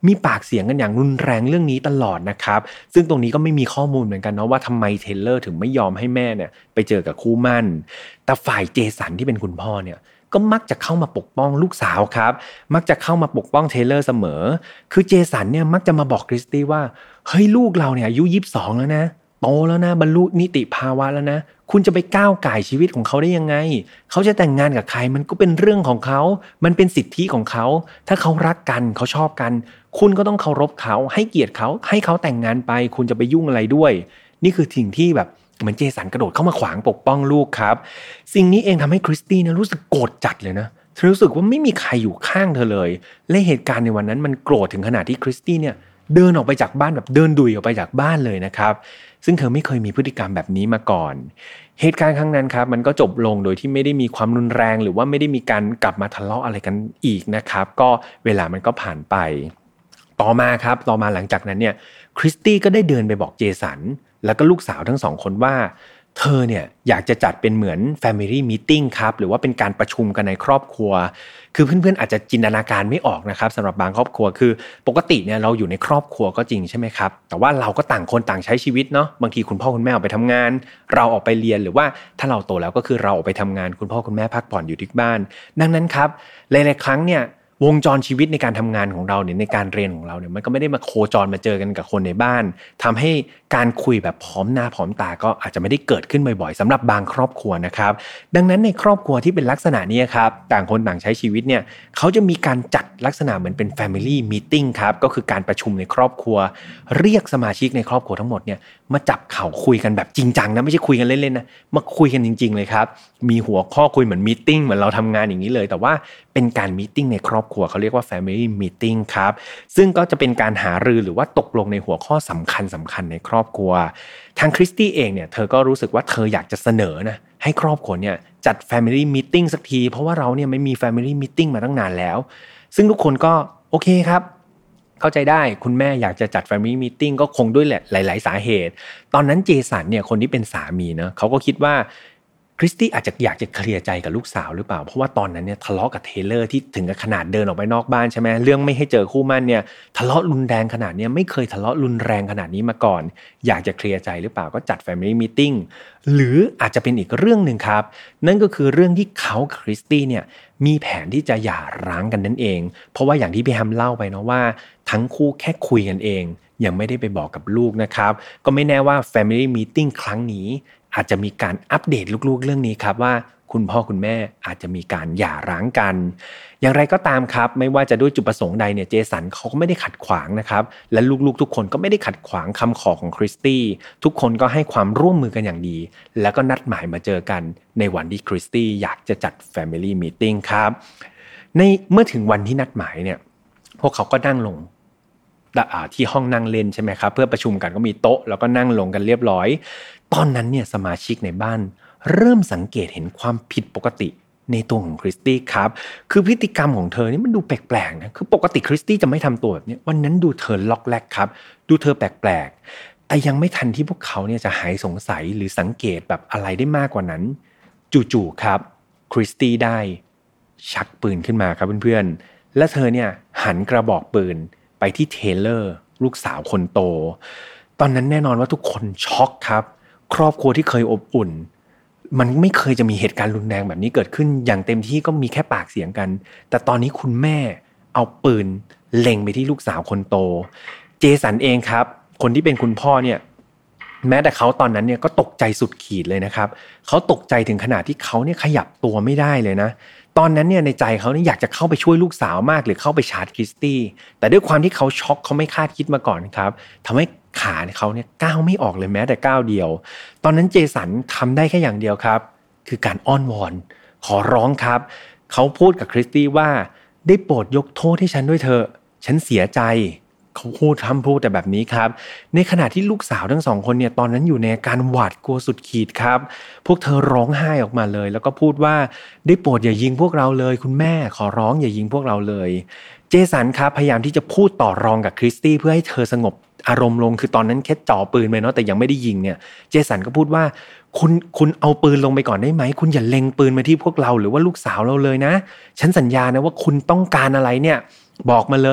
มีปากเสียงกันอย่างรุนแรงเรื่องนี้ตลอดนะครับซึ่งตรงนี้ก็ไม่มีข้อมูลเหมือนกันเนาะว่าทำไมเทเลอร์ถึงไม่ยอมให้แม่เนี่ยไปเจอกับคู่หมั่นแต่ฝ่ายเจสันที่เป็นคุณพ่อเนี่ยก็มักจะเข้ามาปกป้องลูกสาวครับมักจะเข้ามาปกป้องเทเลอร์เสมอคือเจสันเนี่ยมักจะมาบอกคริสตี้ว่าเฮ้ยลูกเราเนี่ยอายุ22แล้วนะโตแล้วนะบรรลุนิติภาวะแล้วนะคุณจะไปก้าวก่ายชีวิตของเขาได้ยังไงเขาจะแต่งงานกับใครมันก็เป็นเรื่องของเขามันเป็นสิทธิของเขาถ้าเขารักกันเขาชอบกันคุณก็ต้องเคารพเขาให้เกียรติเขาให้เขาแต่งงานไปคุณจะไปยุ่งอะไรด้วยนี่คือสิ่งที่แบบเหมือนเจสันกระโดดเข้ามาขวางปกป้องลูกครับสิ่งนี้เองทำให้คริสตี้นะรู้สึกโกรธจัดเลยนะเธอรู้สึกว่าไม่มีใครอยู่ข้างเธอเลยและเหตุการณ์ในวันนั้นมันโกรธถึงขนาดที่คริสตี้เนี่ยเดินออกไปจากบ้านแบบเดินดุยออกไปจากบ้านเลยนะครับซึ่งเธอไม่เคยมีพฤติกรรมแบบนี้มาก่อนเหตุการณ์ครั้งนั้นครับมันก็จบลงโดยที่ไม่ได้มีความรุนแรงหรือว่าไม่ได้มีการกลับมาทะเลาะอะไรกันอีกนะครับก็เวลามันก็ผ่านไปต่อมาหลังจากนั้นเนี่ยคริสตี้ก็ได้เดินไปบอกเจสันแล้วก็ลูกสาวทั้งสองคนว่าเธอเนี่ยอยากจะจัดเป็นเหมือน Family Meeting ครับหรือว่าเป็นการประชุมกันในครอบครัวคือเพื่อนๆอาจจะจินตนาการไม่ออกนะครับสำหรับบางครอบครัวคือปกติเนี่ยเราอยู่ในครอบครัวก็จริงใช่ไหมครับแต่ว่าเราก็ต่างคนต่างใช้ชีวิตเนาะบางทีคุณพ่อคุณแม่ออกไปทำงานเราออกไปเรียนหรือว่าถ้าเราโตแล้วก็คือเราออกไปทำงานคุณพ่อคุณแม่พักผ่อนอยู่ที่บ้านดังนั้นครับหลายๆครั้งเนี่ยวงจรชีวิตในการทำงานของเราเนี่ยในการเรียนของเราเนี่ยมันก็ไม่ได้มาโคจรมาเจอกันกับคนในบ้านทำให้การคุยแบบพร้อมหน้าพร้อมตาก็อาจจะไม่ได้เกิดขึ้นบ่อยๆสำหรับบางครอบครัวนะครับดังนั้นในครอบครัวที่เป็นลักษณะนี้ครับต่างคนต่างใช้ชีวิตเนี่ยเขาจะมีการจัดลักษณะเหมือนเป็น Family Meeting ครับก็คือการประชุมในครอบครัวเรียกสมาชิกในครอบครัวทั้งหมดเนี่ยมาจับเข่าคุยกันแบบจริงจังนะไม่ใช่คุยกันเล่นๆนะมาคุยกันจริงๆเลยครับมีหัวข้อคุยเหมือนมีตติ้งเหมือนเราทำงานอย่างนี้เลยแต่ว่าเป็นการมีตติ้งในครอบครัวเขาเรียกว่า Family Meeting ครับซึ่งก็จะเป็นการหารือหรือว่าตกลงในหัวข้อสำคัญในครอบครัวทางคริสตี้เองเนี่ยเธอก็รู้สึกว่าเธออยากจะเสนอนะให้ครอบครัวเนี่ยจัด Family Meeting สักทีเพราะว่าเราเนี่ยไม่มี Family Meeting มาตั้งนานแล้วซึ่งทุกคนก็โอเคครับเข้าใจได้คุณแม่อยากจะจัด Family Meeting ก็คงด้วยแหละหลายๆสาเหตุตอนนั้นเจสันเนี่ยคนที่เป็นสามีนะเขาก็คิดว่าคริสตี้อาจจะอยากจะเคลียร์ใจกับลูกสาวหรือเปล่าเพราะว่าตอนนั้นเนี่ยทะเลาะกับเทเลอร์ที่ถึงกับขนาดเดินออกไปนอกบ้านใช่ไหมเรื่องไม่ให้เจอคู่มั่นเนี่ยทะเลาะรุนแรงขนาดนี้ไม่เคยทะเลาะรุนแรงขนาดนี้มาก่อนอยากจะเคลียร์ใจหรือเปล่าก็จัด Family Meeting หรืออาจจะเป็นอีกเรื่องนึงครับนั่นก็คือเรื่องที่เขาคริสตี้เนี่ยมีแผนที่จะหย่าร้างกันนั่นเองเพราะว่าอย่างที่พี่แฮมเล่าไปเนาะว่าทั้งคู่แค่คุยกันเองยังไม่ได้ไปบอกกับลูกนะครับก็ไม่แน่ว่า Family Meeting ครั้งนี้อาจจะมีการอัปเดตลูกๆเรื่องนี้ครับว่าคุณพ่อคุณแม่อาจจะมีการหย่าร้างกันอย่างไรก็ตามครับไม่ว่าจะด้วยจุดประสงค์ใดเนี่ยเจสันเขาก็ไม่ได้ขัดขวางนะครับและลูกๆทุกคนก็ไม่ได้ขัดขวางคำขอของคริสตี้ทุกคนก็ให้ความร่วมมือกันอย่างดีแล้วก็นัดหมายมาเจอกันในวันที่คริสตี้อยากจะจัด Family Meeting ครับในเมื่อถึงวันที่นัดหมายเนี่ยพวกเขาก็นั่งลงที่ห้องนั่งเล่นใช่ไหมครับเพื่อประชุมกันก็มีโต๊ะแล้วก็นั่งลงกันเรียบร้อยตอนนั้นเนี่ยสมาชิกในบ้านเริ่มสังเกตเห็นความผิดปกติในตัวของคริสตี้ครับคือพฤติกรรมของเธอนี่มันดูแปลกๆนะคือปกติคริสตี้จะไม่ทำตัวแบบนี้วันนั้นดูเธอล็อกแรกครับดูเธอแปลกๆแต่ยังไม่ทันที่พวกเขาเนี่ยจะหายสงสัยหรือสังเกตแบบอะไรได้มากกว่านั้นจู่ๆครับคริสตี้ได้ชักปืนขึ้นมาครับเพื่อนๆและเธอเนี่ยหันกระบอกปืนไปที่เทเลอร์ลูกสาวคนโตตอนนั้นแน่นอนว่าทุกคนช็อกครับครอบครัวที่เคยอบอุ่นมันไม่เคยจะมีเหตุการณ์รุนแรงแบบนี้เกิดขึ้นอย่างเต็มที่ก็มีแค่ปากเสียงกันแต่ตอนนี้คุณแม่เอาปืนเล็งไปที่ลูกสาวคนโตเจสันเองครับคนที่เป็นคุณพ่อเนี่ยแม้แต่เขาตอนนั้นเนี่ยก็ตกใจสุดขีดเลยนะครับเขาตกใจถึงขนาดที่เขาเนี่ยขยับตัวไม่ได้เลยนะตอนนั้นเนี่ยในใจเขาเนี่ยอยากจะเข้าไปช่วยลูกสาวมากหรือเข้าไปชาร์จคริสตี้แต่ด้วยความที่เขาช็อกเขาไม่คาดคิดมาก่อนครับทำให้ขาเขาเนี่ยก้าวไม่ออกเลยแม้แต่ก้าวเดียวตอนนั้นเจสันทำได้แค่อย่างเดียวครับคือการอ้อนวอนขอร้องครับเขาพูดกับคริสตี้ว่าได้โปรดยกโทษให้ฉันด้วยเถอะฉันเสียใจเขาพูดแต่แบบนี้ครับในขณะที่ลูกสาวทั้งสองคนเนี่ยตอนนั้นอยู่ในอาการหวาดกลัวสุดขีดครับพวกเธอร้องไห้ออกมาเลยแล้วก็พูดว่าได้โปรดอย่ายิงพวกเราเลยคุณแม่ขอร้องอย่ายิงพวกเราเลยเจสันครับพยายามที่จะพูดต่อรองกับคริสตี้เพื่อให้เธอสงบอารมณ์ลงคือตอนนั้นแค่จ่อปืนไปเนาะแต่ยังไม่ได้ยิงเนี่ยเจสันก็พูดว่าคุณเอาปืนลงไปก่อนได้ไหมคุณอย่าเล็งปืนมาที่พวกเราหรือว่าลูกสาวเราเลยนะฉันสัญญานะว่าคุณต้องการอะไรเนี่ยบอกมาเลย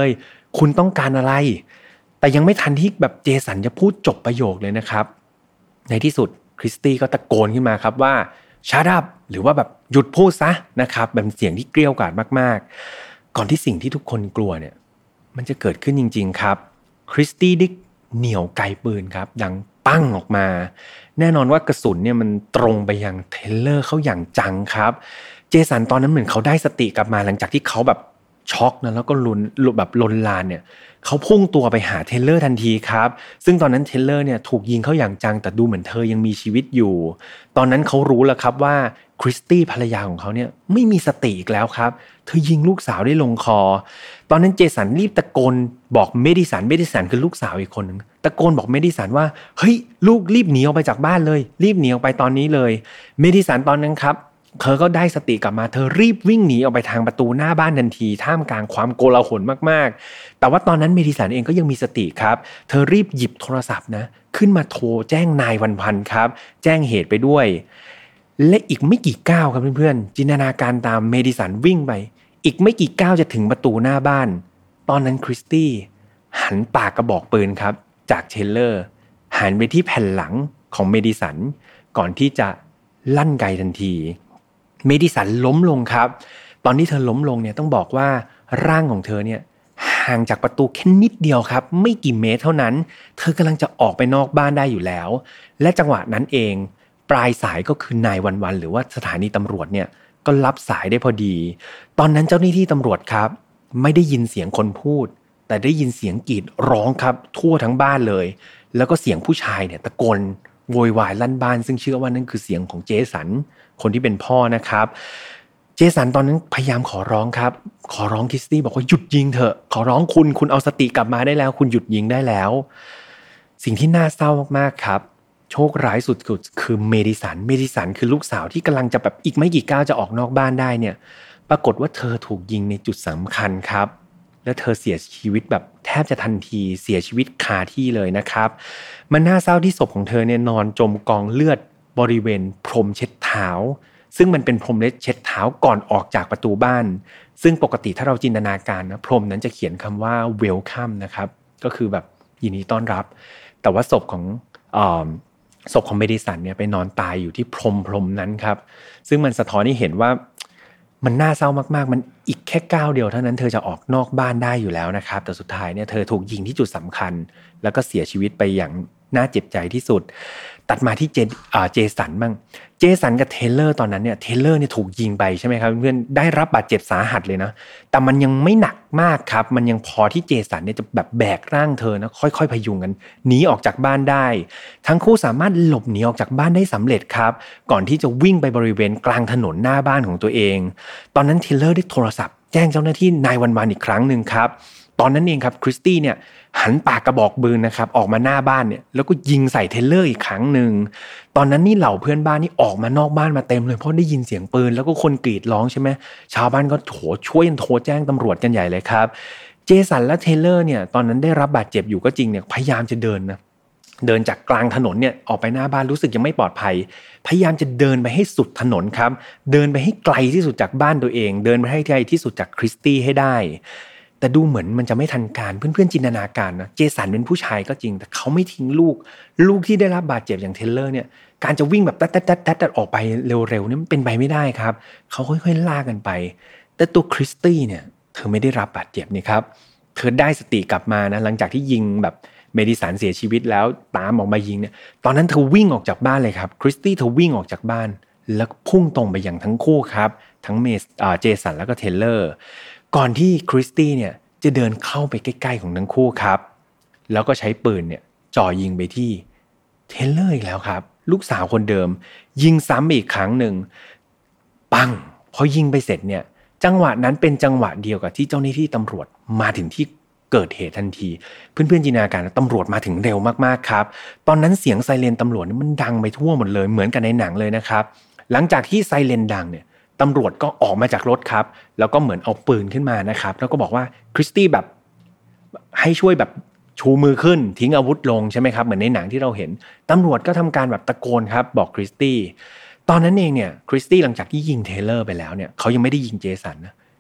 คุณต้องการอะไรแต่ยังไม่ทันที่แบบเจสันจะพูดจบประโยคเลยนะครับในที่สุดคริสตี้ก็ตะโกนขึ้นมาครับว่า shut up หรือว่าแบบหยุดพูดซะนะครับแบบเสียงที่เกรี้ยวกราดมากๆก่อนที่สิ่งที่ทุกคนกลัวเนี่ยมันจะเกิดขึ้นจริงๆครับคริสตี้ได้เหนี่ยวไกปืนครับดังปั้งออกมาแน่นอนว่ากระสุนเนี่ยมันตรงไปยังเทเลอร์เขาอย่างจังครับเจสันตอนนั้นเหมือนเขาได้สติกลับมาหลังจากที่เขาแบบช็อกนะแล้วก็ลนลานเนี่ยเขาพุ่งตัวไปหาเทเลอร์ทันทีครับซึ่งตอนนั้นเทเลอร์เนี่ยถูกยิงเข้าอย่างจังแต่ดูเหมือนเธอยังมีชีวิตอยู่ตอนนั้นเขารู้แล้วครับว่าคริสตี้ภรรยาของเขาเนี่ยไม่มีสติอีกแล้วครับเธอยิงลูกสาวได้ลงคอตอนนั้นเจสันรีบตะโกนบอกเมดิสันคือลูกสาวอีกคนนึงตะโกนบอกเมดิสันว่าเฮ้ยลูกรีบหนีออกไปจากบ้านเลยรีบหนีออกไปตอนนี้เลยเมดิสันตอนนั้นครับเธอก็ได้สติกลับมาเธอรีบวิ่งหนีออกไปทางประตูหน้าบ้านทันทีท่ามกลางความโกลาหลมากๆแต่ว่าตอนนั้นเมดิสันเองก็ยังมีสติครับเธอรีบหยิบโทรศัพท์นะขึ้นมาโทรแจ้งนายวันพันธ์ครับแจ้งเหตุไปด้วยและอีกไม่กี่ก้าวครับเพื่อนๆจินตนาการตามเมดิสันวิ่งไปอีกไม่กี่ก้าวจะถึงประตูหน้าบ้านตอนนั้นคริสตี้หันปากกระบอกปืนครับจากเทเลอร์หันไปที่แผ่นหลังของเมดิสันก่อนที่จะลั่นไกทันทีเมดิสันล้มลงครับตอนที่เธอล้มลงเนี่ยต้องบอกว่าร่างของเธอเนี่ยห่างจากประตูแค่นิดเดียวครับไม่กี่เมตรเท่านั้นเธอกำลังจะออกไปนอกบ้านได้อยู่แล้วและจังหวะนั้นเองปลายสายก็คือนายวันหรือว่าสถานีตำรวจเนี่ยก็รับสายได้พอดีตอนนั้นเจ้าหน้าที่ตำรวจครับไม่ได้ยินเสียงคนพูดแต่ได้ยินเสียงกรีดร้องครับทั่วทั้งบ้านเลยแล้วก็เสียงผู้ชายเนี่ยตะโกนโวยวายลั่นบ้านซึ่งเชื่อว่านั่นคือเสียงของเจสันคนที่เป็นพ่อนะครับเจสันตอนนั้นพยายามขอร้องครับขอร้องคริสตี้บอกว่าหยุดยิงเถอะขอร้องคุณเอาสติกลับมาได้แล้วคุณหยุดยิงได้แล้วสิ่งที่น่าเศร้ามากๆครับโชคร้ายสุดๆคือเมดิสันคือลูกสาวที่กำลังจะแบบอีกไม่กี่ก้าวจะออกนอกบ้านได้เนี่ยปรากฏว่าเธอถูกยิงในจุดสำคัญครับและเธอเสียชีวิตแบบแทบจะทันทีเสียชีวิตคาที่เลยนะครับมันน่าเศร้าที่ศพของเธอเนี่ยนอนจมกองเลือดบริเวณพรมเช็ดเท้าซึ่งมันเป็นพรมเช็ดเท้าก่อนออกจากประตูบ้านซึ่งปกติถ้าเราจินตนาการนะพรมนั้นจะเขียนคำว่า welcome นะครับก็คือแบบยินดีต้อนรับแต่ว่าศพของเมดิสันเนี่ยไปนอนตายอยู่ที่พรมนั้นครับซึ่งมันสะท้อนให้เห็นว่ามันน่าเศร้ามากๆมันอีกแค่ก้าวเดียวเท่านั้นเธอจะออกนอกบ้านได้อยู่แล้วนะครับแต่สุดท้ายเนี่ยเธอถูกยิงที่จุดสำคัญแล้วก็เสียชีวิตไปอย่างน่าเจ็บใจที่สุดตัดมาที่เจสันบ้างเจสันกับเทเลอร์ตอนนั้นเนี่ยเทเลอร์เนี่ยถูกยิงไปใช่ไหมครับเพื่อนได้รับบาดเจ็บสาหัสเลยนะแต่มันยังไม่หนักมากครับมันยังพอที่เจสันเนี่ยจะแบบแบกร่างเธอนะค่อยๆพยุงกันหนีออกจากบ้านได้ทั้งคู่สามารถหลบหนีออกจากบ้านได้สำเร็จครับก่อนที่จะวิ่งไปบริเวณกลางถนนหน้าบ้านของตัวเองตอนนั้นเทเลอร์ได้โทรศัพท์แจ้งเจ้าหน้าที่นายวันอีกครั้งนึงครับตอนนั้นเองครับคริสตี้เนี่ยหันปากกระบอกปืนนะครับออกมาหน้าบ้านเนี่ยแล้วก็ยิงใส่เทเลอร์อีกครั้งนึงตอนนั้นนี่เหล่าเพื่อนบ้านนี่ออกมานอกบ้านมาเต็มเลยเพราะได้ยินเสียงปืนแล้วก็คนกรีดร้องใช่ไหมชาวบ้านก็ช่วยโทรแจ้งตำรวจกันใหญ่เลยครับเจสันและเทเลอร์เนี่ยตอนนั้นได้รับบาดเจ็บอยู่ก็จริงเนี่ยพยายามจะเดินจากกลางถนนเนี่ยออกไปหน้าบ้านรู้สึกยังไม่ปลอดภัยพยายามจะเดินไปให้สุดถนนครับเดินไปให้ไกลที่สุดจากบ้านตัวเองเดินไปให้ไกลที่สุดจากคริสตี้ให้ได้แต่ดูเหมือนมันจะไม่ทันการเพื่อนๆจินตนาการนะเจสันเป็นผู้ชายก็จริงแต่เขาไม่ทิ้งลูกที่ได้รับบาดเจ็บอย่างเทเลอร์เนี่ยการจะวิ่งแบบตัดออกไปเร็วๆนี่มันเป็นไปไม่ได้ครับเขาค่อยๆลากกันไปแต่ตัวคริสตี้เนี่ยเธอไม่ได้รับบาดเจ็บนี่ครับเธอได้สติกลับมานะหลังจากที่ยิงแบบเมดิสันเสียชีวิตแล้วตามออกมายิงเนี่ยตอนนั้นเธอวิ่งออกจากบ้านเลยครับคริสตี้เธอวิ่งออกจากบ้านแล้วพุ่งตรงไปยังทั้งคู่ครับทั้งเจสันแล้วก็เทเลอร์ก่อนที่คริสตี้เนี่ยจะเดินเข้าไปใกล้ๆของทั้งคู่ครับแล้วก็ใช้ปืนเนี่ยจ่อยิงไปที่เทเลอร์อีกแล้วครับลูกสาวคนเดิมยิงซ้ำอีกครั้งหนึ่งปังพอยิงไปเสร็จเนี่ยจังหวะนั้นเป็นจังหวะเดียวกับที่เจ้าหน้าที่ตำรวจมาถึงที่เกิดเหตุทันทีเพื่อนๆจินตนาการตำรวจมาถึงเร็วมากๆครับตอนนั้นเสียงไซเรนตำรวจมันดังไปทั่วหมดเลยเหมือนกันในหนังเลยนะครับหลังจากที่ไซเรนดังเนี่ยตำรวจก็ออกมาจากรถครับแล้วก็เหมือนเอาปืนขึ้นมานะครับแล้วก็บอกว่าคริสตี้แบบให้ช่วยแบบชูมือขึ้นทิ้งอาวุธลงใช่ไหมครับเหมือนในหนังที่เราเห็นตำรวจก็ทำการแบบตะโกนครับบอกคริสตี้ตอนนั้นเองเนี่ยคริสตี้หลังจากที่ยิงเทเลอร์ไปแล้วเนี่ยเขายังไม่ได้ยิงเจสันนะ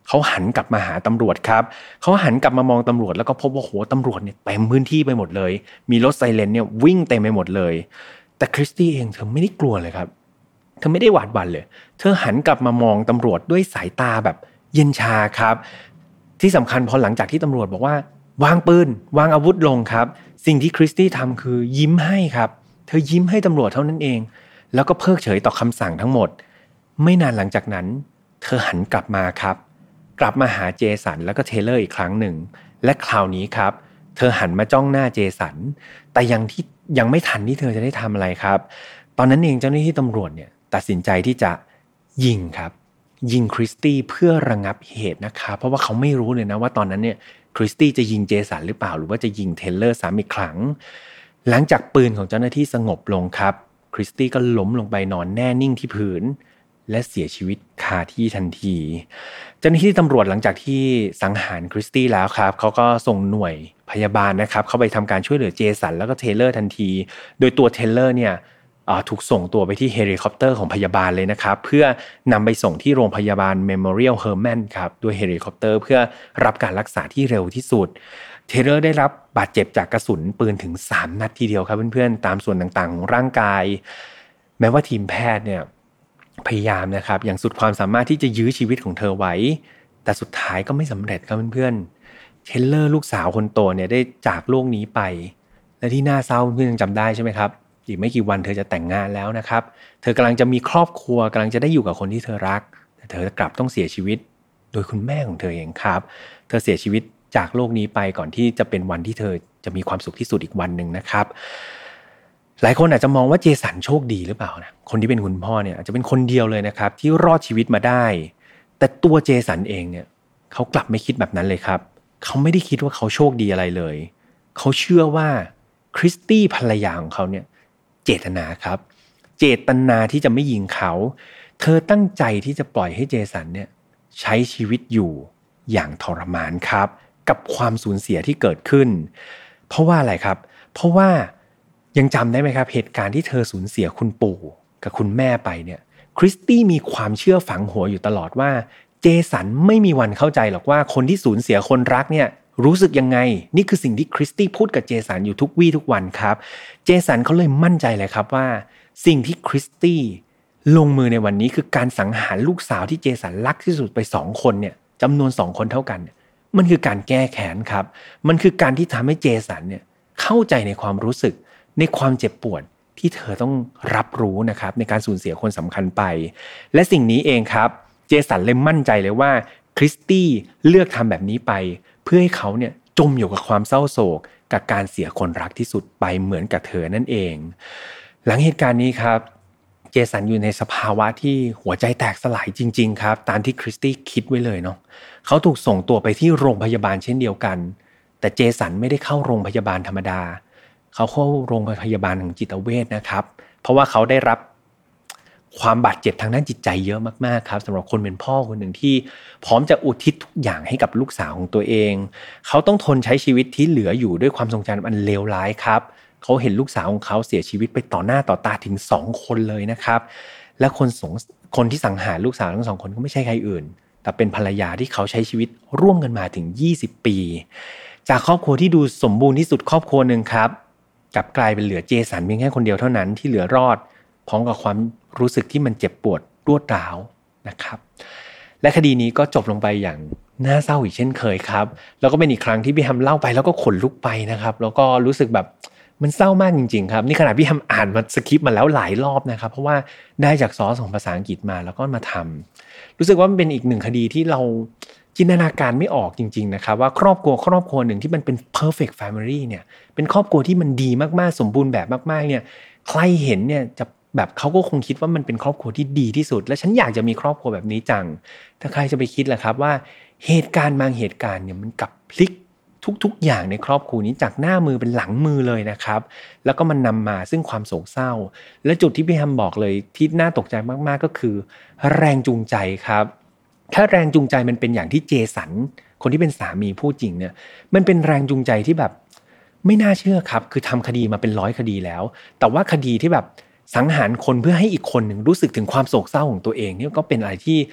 เขาหันกลับมาหาตำรวจครับเขาหันกลับมามองตำรวจแล้วก็พบว่าโหตำรวจเนี่ยเต็มพื้นที่ไปหมดเลยมีรถไซเรนเนี่ยวิ่งเต็มไปหมดเลยแต่คริสตี้เองเธอไม่ได้กลัวเลยครับเธอไม่ได้หวาดหวั่นเลยเธอหันกลับมามองตำรวจด้วยสายตาแบบเย็นชาครับที่สำคัญพอหลังจากที่ตำรวจบอกว่าวางปืนวางอาวุธลงครับสิ่งที่คริสตี้ทำคือยิ้มให้ครับเธอยิ้มให้ตำรวจเท่านั้นเองแล้วก็เพิกเฉยต่อคำสั่งทั้งหมดไม่นานหลังจากนั้นเธอหันกลับมาครับกลับมาหาเจสันแล้วก็เทเลอร์อีกครั้งหนึ่งและคราวนี้ครับเธอหันมาจ้องหน้าเจสันแต่ยังไม่ทันที่เธอจะได้ทำอะไรครับตอนนั้นเองเจ้าหน้าที่ตำรวจเนี่ยตัดสินใจที่จะยิงครับยิงคริสตี้เพื่อระงับเหตุนะครับเพราะว่าเขาไม่รู้เลยนะว่าตอนนั้นเนี่ยคริสตี้จะยิงเจสันหรือเปล่าหรือว่าจะยิงเทเลอร์ซ้ำอีกครั้งหลังจากปืนของเจ้าหน้าที่สงบลงครับคริสตี้ก็ล้มลงไปนอนแน่นิ่งที่พื้นและเสียชีวิตคาที่ทันทีเจ้าหน้าที่ตำรวจหลังจากที่สังหารคริสตี้แล้วครับเขาก็ส่งหน่วยพยาบาลนะครับเข้าไปทำการช่วยเหลือเจสันแล้วก็เทเลอร์ทันทีโดยตัวเทเลอร์เนี่ยถูกส่งตัวไปที่เฮลิคอปเตอร์ของพยาบาลเลยนะครับเพื่อนำไปส่งที่โรงพยาบาล Memorial Hermann ครับด้วยเฮลิคอปเตอร์เพื่อรับการรักษาที่เร็วที่สุดเทเลอร์ได้รับบาดเจ็บจากกระสุนปืนถึง3นัดทีเดียวครับเพื่อนๆตามส่วนต่างๆของร่างกายแม้ว่าทีมแพทย์เนี่ยพยายามนะครับอย่างสุดความสามารถที่จะยื้อชีวิตของเธอไว้แต่สุดท้ายก็ไม่สำเร็จครับเพื่อนๆเทเลอร์ลูกสาวคนโตเนี่ยได้จากโลกนี้ไปและที่น่าเศร้าเพื่อนยังจำได้ใช่ไหมครับอีกไม่กี่วันเธอจะแต่งงานแล้วนะครับเธอกำลังจะมีครอบครัวกำลังจะได้อยู่กับคนที่เธอรักแต่เธอกลับต้องเสียชีวิตโดยคุณแม่ของเธอเองครับเธอเสียชีวิตจากโลกนี้ไปก่อนที่จะเป็นวันที่เธอจะมีความสุขที่สุดอีกวันหนึ่งนะครับหลายคนอาจจะมองว่าเจสันโชคดีหรือเปล่านะคนที่เป็นคุณพ่อเนี่ยอาจจะเป็นคนเดียวเลยนะครับที่รอดชีวิตมาได้แต่ตัวเจสันเองเนี่ยเขากลับไม่คิดแบบนั้นเลยครับเขาไม่ได้คิดว่าเขาโชคดีอะไรเลยเขาเชื่อว่าคริสตี้ภรรยาของเขาเนี่ยเจตนาครับเจตนาที่จะไม่ยิงเขาเธอตั้งใจที่จะปล่อยให้เจสันเนี่ยใช้ชีวิตอยู่อย่างทรมานครับกับความสูญเสียที่เกิดขึ้นเพราะว่าอะไรครับเพราะว่ายังจำได้ไหมครับเหตุการณ์ที่เธอสูญเสียคุณปู่กับคุณแม่ไปเนี่ยคริสตี้มีความเชื่อฝังหัวอยู่ตลอดว่าเจสันไม่มีวันเข้าใจหรอกว่าคนที่สูญเสียคนรักเนี่ยรู้สึกยังไงนี่คือสิ่งที่คริสตี้พูดกับเจสันอยู่ทุกวี่ทุกวันครับเจสันเขาเลยมั่นใจเลยครับว่าสิ่งที่คริสตี้ลงมือในวันนี้คือการสังหารลูกสาวที่เจสันรักที่สุดไป2คนเนี่ยจำนวน2คนเท่ากันมันคือการแก้แค้นครับมันคือการที่ทำให้เจสันเนี่ยเข้าใจในความรู้สึกในความเจ็บปวดที่เธอต้องรับรู้นะครับในการสูญเสียคนสำคัญไปและสิ่งนี้เองครับเจสันเลยมั่นใจเลยว่าคริสตี้เลือกทำแบบนี้ไปเพื่อให้เขาเนี่ยจมอยู่กับความเศร้าโศกกับการเสียคนรักที่สุดไปเหมือนกับเธอนั่นเองหลังเหตุการณ์นี้ครับเจสันอยู่ในสภาวะที่หัวใจแตกสลายจริงๆครับตามที่คริสตี้คิดไว้เลยเนาะเขาถูกส่งตัวไปที่โรงพยาบาลเช่นเดียวกันแต่เจสันไม่ได้เข้าโรงพยาบาลธรรมดาเขาเข้าโรงพยาบาลทางจิตเวชนะครับเพราะว่าเขาได้รับความบาดเจ็บทางด้านจิตใจเยอะมากๆครับสำหรับคนเป็นพ่อคนหนึ่งที่พร้อมจะอุทิศทุกอย่างให้กับลูกสาวของตัวเองเขาต้องทนใช้ชีวิตที่เหลืออยู่ด้วยความทรงจำอันเลวร้ายครับเขาเห็นลูกสาวของเขาเสียชีวิตไปต่อหน้าต่อตาถึง2คนเลยนะครับและคนที่สังหารลูกสาวทั้ง2คนก็ไม่ใช่ใครอื่นแต่เป็นภรรยาที่เขาใช้ชีวิตร่วมกันมาถึง20ปีจากครอบครัวที่ดูสมบูรณ์ที่สุดครอบครัวนึงครับกลับกลายเป็นเหลือเจสันเพียงแค่คนเดียวเท่านั้นที่เหลือรอดพร้อมกับความรู้สึกที่มันเจ็บปวดรวดร้าวนะครับและคดีนี้ก็จบลงไปอย่างน่าเศร้าอีกเช่นเคยครับแล้วก็เป็นอีกครั้งที่พี่แฮมเล่าไปแล้วก็ขนลุกไปนะครับแล้วก็รู้สึกแบบมันเศร้ามากจริงๆครับนี่ขนาดพี่แฮมอ่านมาสคริปต์มาแล้วหลายรอบนะครับเพราะว่าได้จากซอสของภาษาอังกฤษมาแล้วก็มาทำรู้สึกว่ามันเป็นอีกหนึ่งคดีที่เราจินตนาการไม่ออกจริงๆนะครับว่าครอบครัวหนึ่งที่มันเป็น perfect family เนี่ยเป็นครอบครัวที่มันดีมากๆสมบูรณ์แบบมากๆเนี่ยใครเห็นเนี่ยจะแบบเขาก็คงคิดว่ามันเป็นครอบครัวที่ดีที่สุดและฉันอยากจะมีครอบครัวแบบนี้จังถ้าใครจะไปคิดล่ะครับว่าเหตุการณ์บางเหตุการณ์เนี่ยมันกลับพลิกทุกอย่างในครอบครัวนี้จากหน้ามือเป็นหลังมือเลยนะครับแล้วก็มันนำมาซึ่งความโศกเศร้าและจุดที่พี่แฮมบอกเลยที่น่าตกใจมากๆก็คือแรงจูงใจครับถ้าแรงจูงใจมันเป็นอย่างที่เจสันคนที่เป็นสามีพูดจริงเนี่ยมันเป็นแรงจูงใจที่แบบไม่น่าเชื่อครับคือทำคดีมาเป็น100คดีแล้วแต่ว่าคดีที่แบบสังหารคนเพื่อให้อีกคนหนึ่งรู้สึกถึงความโศกเศร้าของตัวเองนี่ก็เป็นอะไรที่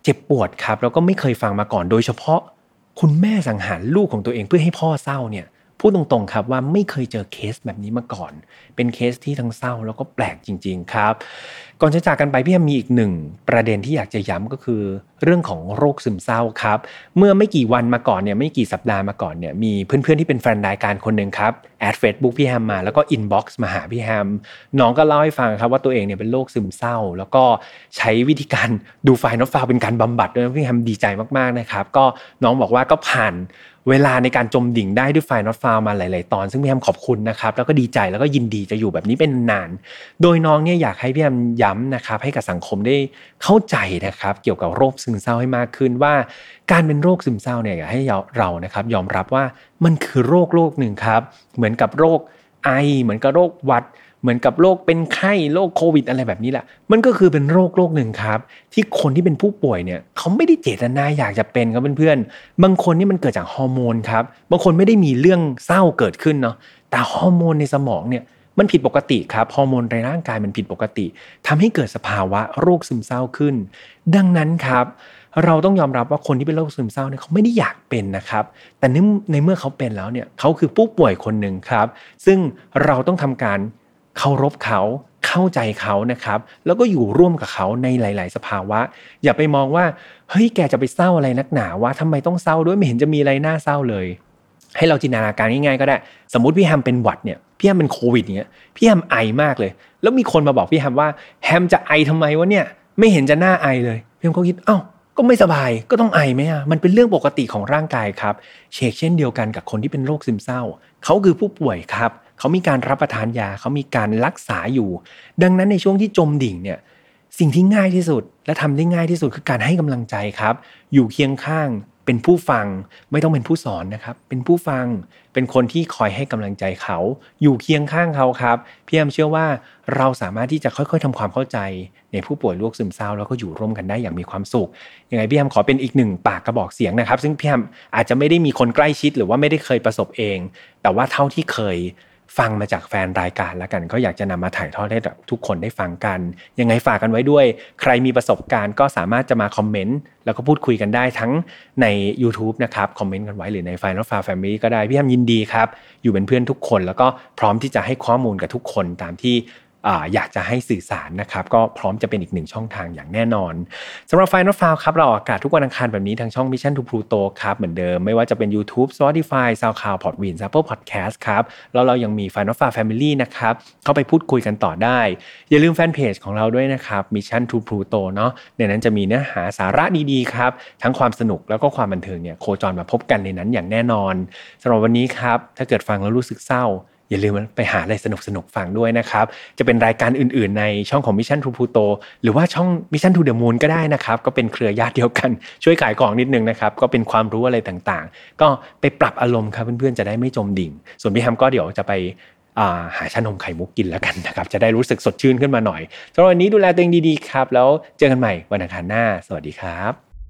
เจ็บปวดครับแล้วก็ไม่เคยฟังมาก่อนโดยเฉพาะคุณแม่สังหารลูกของตัวเองเพื่อให้พ่อเศร้าเนี่ยพูดตรงๆครับว่าไม่เคยเจอเคสแบบนี้มาก่อนเป็นเคสที่ทั้งเศร้าแล้วก็แปลกจริงๆครับก่อนจะจากกันไปพี่แฮมมีอีกหนึ่งประเด็นที่อยากจะย้ำก็คือเรื่องของโรคซึมเศร้าครับเมื่อไม่กี่วันมาก่อนเนี่ยไม่กี่สัปดาห์มาก่อนเนี่ยมีเพื่อนๆที่เป็นแฟนรายการคนนึงครับแอด Facebook พี่แฮมมาแล้วก็อินบ็อกซ์มาหาพี่แฮมน้องก็เล่าให้ฟังครับว่าตัวเองเนี่ยเป็นโรคซึมเศร้าแล้วก็ใช้วิธีการดูไฟล์นอตฟาวเป็นการบำบัดด้วยพี่แฮมดีใจมากๆนะครับก็น้องบอกว่าก็ผ่านเวลาในการจมดิ่งได้ด้วยไฟล์ not found มาหลายๆตอนซึ่งพี่แฮมขอบคุณนะครับแล้วก็ดีใจแล้วก็ยินดีจะอยู่แบบนี้เป็นนานโดยน้องเนี่ยอยากให้พี่แฮมย้ำนะครับให้กับสังคมได้เข้าใจนะครับเกี่ยวกับโรคซึมเศร้าให้มากขึ้นว่าการเป็นโรคซึมเศร้าเนี่ยอยากให้เรานะครับยอมรับว่ามันคือโรคหนึ่งครับเหมือนกับโรคไอเหมือนกับโรคหวัดเหมือนกับโรคเป็นไข้โรคโควิดอะไรแบบนี้แหละมันก็คือเป็นโรคหนึ่งครับที่คนที่เป็นผู้ป่วยเนี่ยเขาไม่ได้เจตนาอยากจะเป็นครับเพื่อนๆบางคนนี่มันเกิดจากฮอร์โมนครับบางคนไม่ได้มีเรื่องเศร้าเกิดขึ้นเนาะแต่ฮอร์โมนในสมองเนี่ยมันผิดปกติครับฮอร์โมนในร่างกายมันผิดปกติทำให้เกิดสภาวะโรคซึมเศร้าขึ้นดังนั้นครับเราต้องยอมรับว่าคนที่เป็นโรคซึมเศร้าเนี่ยเขาไม่ได้อยากเป็นนะครับแต่ในเมื่อเขาเป็นแล้วเนี่ยเขาคือผู้ป่วยคนหนึ่งครับซึ่งเราต้องทำการเคารพเขาเข้าใจเขานะครับแล้วก็อยู่ร่วมกับเขาในหลายๆสภาวะอย่าไปมองว่าเฮ้ยแกจะไปเศร้าอะไรนักหนาว่าทำไมต้องเศร้าด้วยไม่เห็นจะมีอะไรน่าเศร้าเลยให้เราจินตนาการง่ายๆก็ได้สมมุติพี่แฮมเป็นหวัดเนี่ยพี่แฮมเป็นโควิดเงี้ยพี่แฮมไอมากเลยแล้วมีคนมาบอกพี่แฮมว่าแฮมจะไอทำไมวะเนี่ยไม่เห็นจะน่าไอเลยพี่แฮมก็คิดเอ้าก็ไม่สบายก็ต้องไอไหมอ่ะมันเป็นเรื่องปกติของร่างกายครับเช่นเดียวกันกับคนที่เป็นโรคซึมเศร้าเขาคือผู้ป่วยครับเขามีการรับประทานยาเขามีการรักษาอยู่ดังนั้นในช่วงที่จมดิ่งเนี่ยสิ่งที่ง่ายที่สุดและทำได้ง่ายที่สุดคือการให้กำลังใจครับอยู่เคียงข้างเป็นผู้ฟังไม่ต้องเป็นผู้สอนนะครับเป็นผู้ฟังเป็นคนที่คอยให้กำลังใจเขาอยู่เคียงข้างเขาครับพี่แอมเชื่อว่าเราสามารถที่จะค่อยๆทำความเข้าใจในผู้ป่วยโรคซึมเศร้าแล้วก็อยู่ร่วมกันได้อย่างมีความสุขยังไงพี่แอมขอเป็นอีกหนึ่งปากกระบอกเสียงนะครับซึ่งพี่แอมอาจจะไม่ได้มีคนใกล้ชิดหรือว่าไม่ได้เคยประสบเองแต่ว่าเท่าที่เคยฟังมาจากแฟนรายการแล้วกันก็อยากจะนำมาถ่ายทอดให้ทุกคนได้ฟังกันยังไงฝากกันไว้ด้วยใครมีประสบการณ์ก็สามารถจะมาคอมเมนต์แล้วก็พูดคุยกันได้ทั้งใน YouTube นะครับคอมเมนต์กันไว้หรือใน Final File Family ก็ได้พี่แฮมยินดีครับอยู่เป็นเพื่อนทุกคนแล้วก็พร้อมที่จะให้ข้อมูลกับทุกคนตามที่อยากจะให้สื่อสารนะครับก็พร้อมจะเป็นอีกหนึ่งช่องทางอย่างแน่นอนสำหรับ Final File ครับเราออกอากาศทุกวันอังคารแบบนี้ทางช่อง Mission to Pluto ครับเหมือนเดิมไม่ว่าจะเป็น YouTube Spotify SoundCloud Podbean Apple Podcast ครับแล้วเรายังมี Final File Family นะครับเข้าไปพูดคุยกันต่อได้อย่าลืมแฟนเพจของเราด้วยนะครับ Mission to Pluto เนาะในนั้นจะมีเนื้อหาสาระดีๆครับทั้งความสนุกแล้วก็ความบันเทิงเนี่ยโคจรมาพบกันในนั้นอย่างแน่นอนสำหรับวันนี้ครับถ้าเกิดฟังแล้วรู้สึกเศร้าอย่าลืมไปหาอะไรสนุกๆฟังด้วยนะครับจะเป็นรายการอื่นๆในช่องของ Mission to Pluto หรือว่าช่อง Mission to the Moon ก็ได้นะครับก็เป็นเครือญาติเดียวกันช่วยขายของนิดนึงนะครับก็เป็นความรู้อะไรต่างๆก็ไปปรับอารมณ์ครับเพื่อนๆจะได้ไม่จมดิ่งส่วนพี่แฮมก็เดี๋ยวจะไปหาชานมไข่มุกกินแล้วกันนะครับจะได้รู้สึกสดชื่นขึ้นมาหน่อยสำหรับวันนี้ดูแลตัวเองดีๆครับแล้วเจอกันใหม่วันอังคารหน้าสวัสดีครับ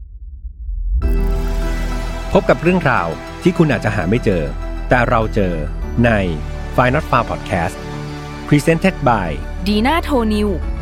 พบกับเรื่องราวที่คุณอาจจะหาไม่เจอแต่เราเจอในFinal File Podcast Presented by Dina Toniu